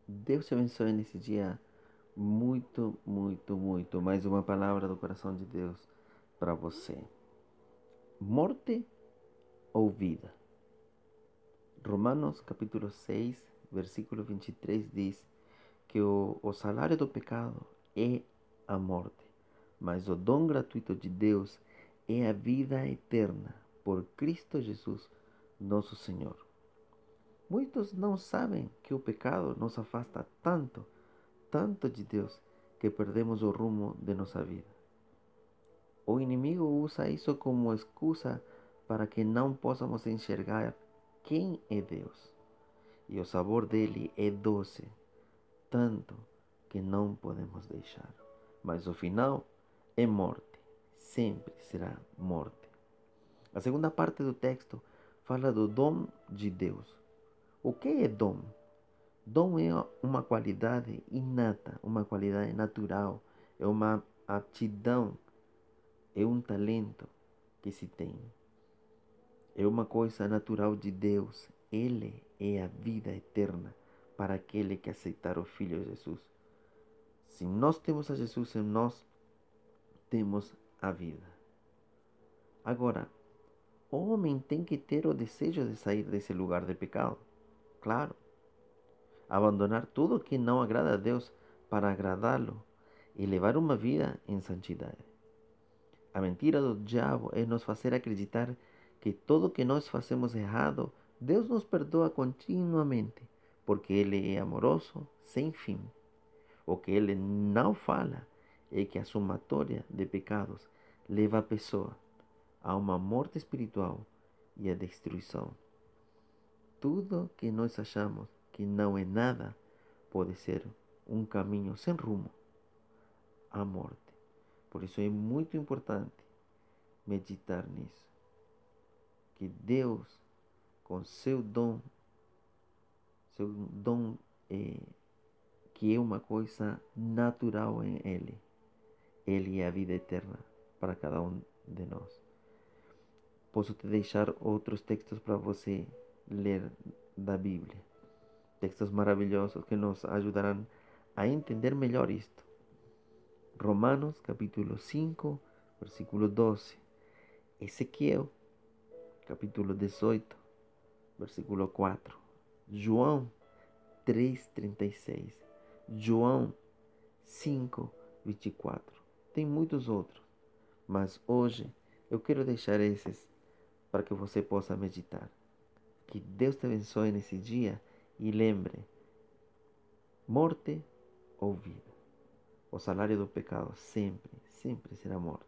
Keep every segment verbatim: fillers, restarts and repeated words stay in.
Deus te abençoe nesse dia muito, muito, muito. Mais uma palavra do coração de Deus para você. Morte ou vida? Romanos capítulo seis, versículo vinte e três diz que o, o salário do pecado é a morte, mas o dom gratuito de Deus é a vida eterna por Cristo Jesus, nosso Senhor. Muitos não sabem que o pecado nos afasta tanto, tanto de Deus, que perdemos o rumo de nossa vida. O inimigo usa isso como excusa para que não possamos enxergar quem é Deus. E o sabor dele é doce, tanto que não podemos deixar. Mas o final é morte, sempre será morte. A segunda parte do texto fala do dom de Deus. O que é dom? Dom é uma qualidade inata, uma qualidade natural, é uma aptidão, é um talento que se tem. É uma coisa natural de Deus. Ele é a vida eterna para aquele que aceitar o Filho Jesus. Se nós temos a Jesus em nós, temos a vida. Agora, o homem tem que ter o desejo de sair desse lugar de pecado. Claro, abandonar tudo que não agrada a Deus para agradá-lo e levar uma vida em santidade. A mentira do diabo é nos fazer acreditar que tudo que nós fazemos errado, Deus nos perdoa continuamente, porque Ele é amoroso sem fim. O que Ele não fala é que a somatória de pecados leva a pessoa a uma morte espiritual e a destruição. Tudo que nós achamos que não é nada pode ser um caminho sem rumo à morte. Por isso é muito importante meditar nisso. Que Deus, com seu dom, seu dom é, que é uma coisa natural em Ele, Ele é a vida eterna para cada um de nós. Posso te deixar outros textos para você ler da Bíblia. Textos maravilhosos que nos ajudarão a entender melhor isto. Romanos capítulo cinco, versículo doze. Ezequiel capítulo dezoito, versículo quatro. João três, trinta e seis. João cinco, vinte e quatro. Tem muitos outros, mas hoje eu quero deixar esses para que você possa meditar. Que Deus te abençoe nesse dia e lembre, morte ou vida. O salário do pecado sempre, sempre será morte.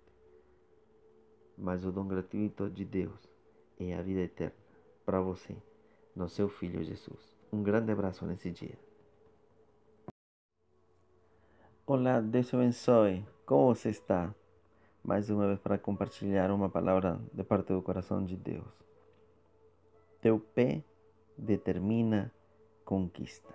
Mas o dom gratuito de Deus é a vida eterna para você, no seu Filho Jesus. Um grande abraço nesse dia. Olá, Deus te abençoe. Como você está? Mais uma vez para compartilhar uma palavra de parte do coração de Deus. Teu pé determina conquista.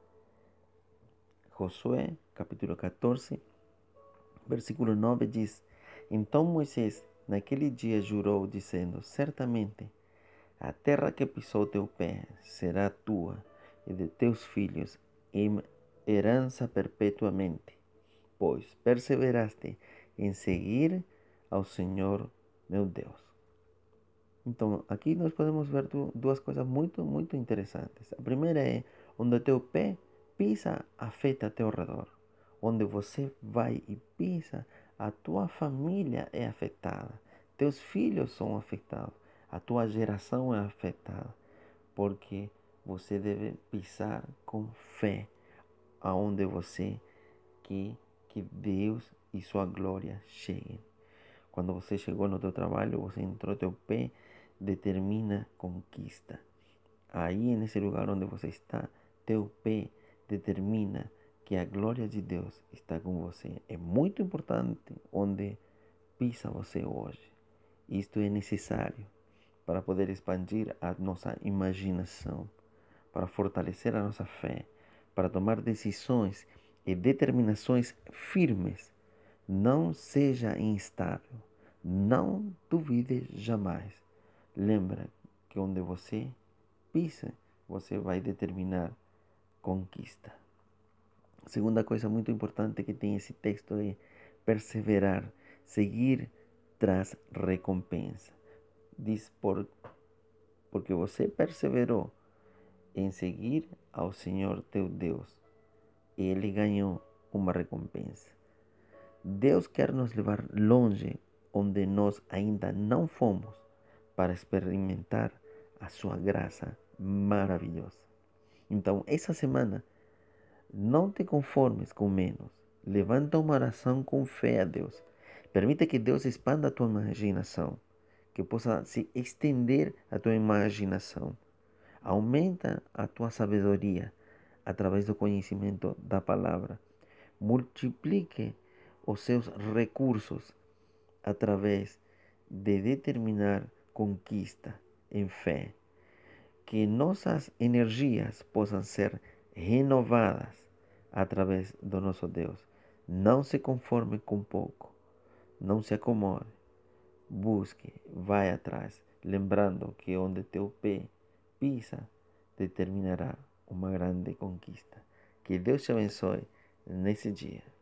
Josué, capítulo quatorze, versículo nove diz: Então Moisés naquele dia jurou, dizendo: Certamente a terra que pisou teu pé será tua e de teus filhos em herança perpetuamente, pois perseveraste em seguir ao Senhor meu Deus. Então, aqui nós podemos ver duas coisas muito, muito interessantes. A primeira é onde teu pé pisa, afeta teu redor. Onde você vai e pisa, a tua família é afetada. Teus filhos são afetados. A tua geração é afetada. Porque você deve pisar com fé aonde você quer que Deus e sua glória cheguem. Quando você chegou no teu trabalho, você entrou, teu pé determina conquista. Aí, nesse lugar onde você está, teu pé determina que a glória de Deus está com você. É muito importante onde pisa você hoje. Isto é necessário para poder expandir a nossa imaginação, para fortalecer a nossa fé, para tomar decisões e determinações firmes. Não seja instável. Não duvide jamais. Lembra que onde você pisa, você vai determinar conquista. Segunda coisa muito importante que tem esse texto é perseverar, seguir tras recompensa. Diz, por, porque você perseverou em seguir ao Senhor teu Deus, ele ganhou uma recompensa. Deus quer nos levar longe, onde nós ainda não fomos, para experimentar a sua graça maravilhosa. Então, essa semana, não te conformes com menos. Levanta uma oração com fé a Deus. Permita que Deus expanda a tua imaginação, que possa se estender a tua imaginação. Aumenta a tua sabedoria através do conhecimento da palavra. Multiplique os seus recursos através de determinar conquista em fé. Que nossas energias possam ser renovadas através do nosso Deus. Não se conforme com pouco. Não se acomode. Busque, vai atrás, lembrando que onde teu pé pisa determinará uma grande conquista. Que Deus te abençoe nesse dia.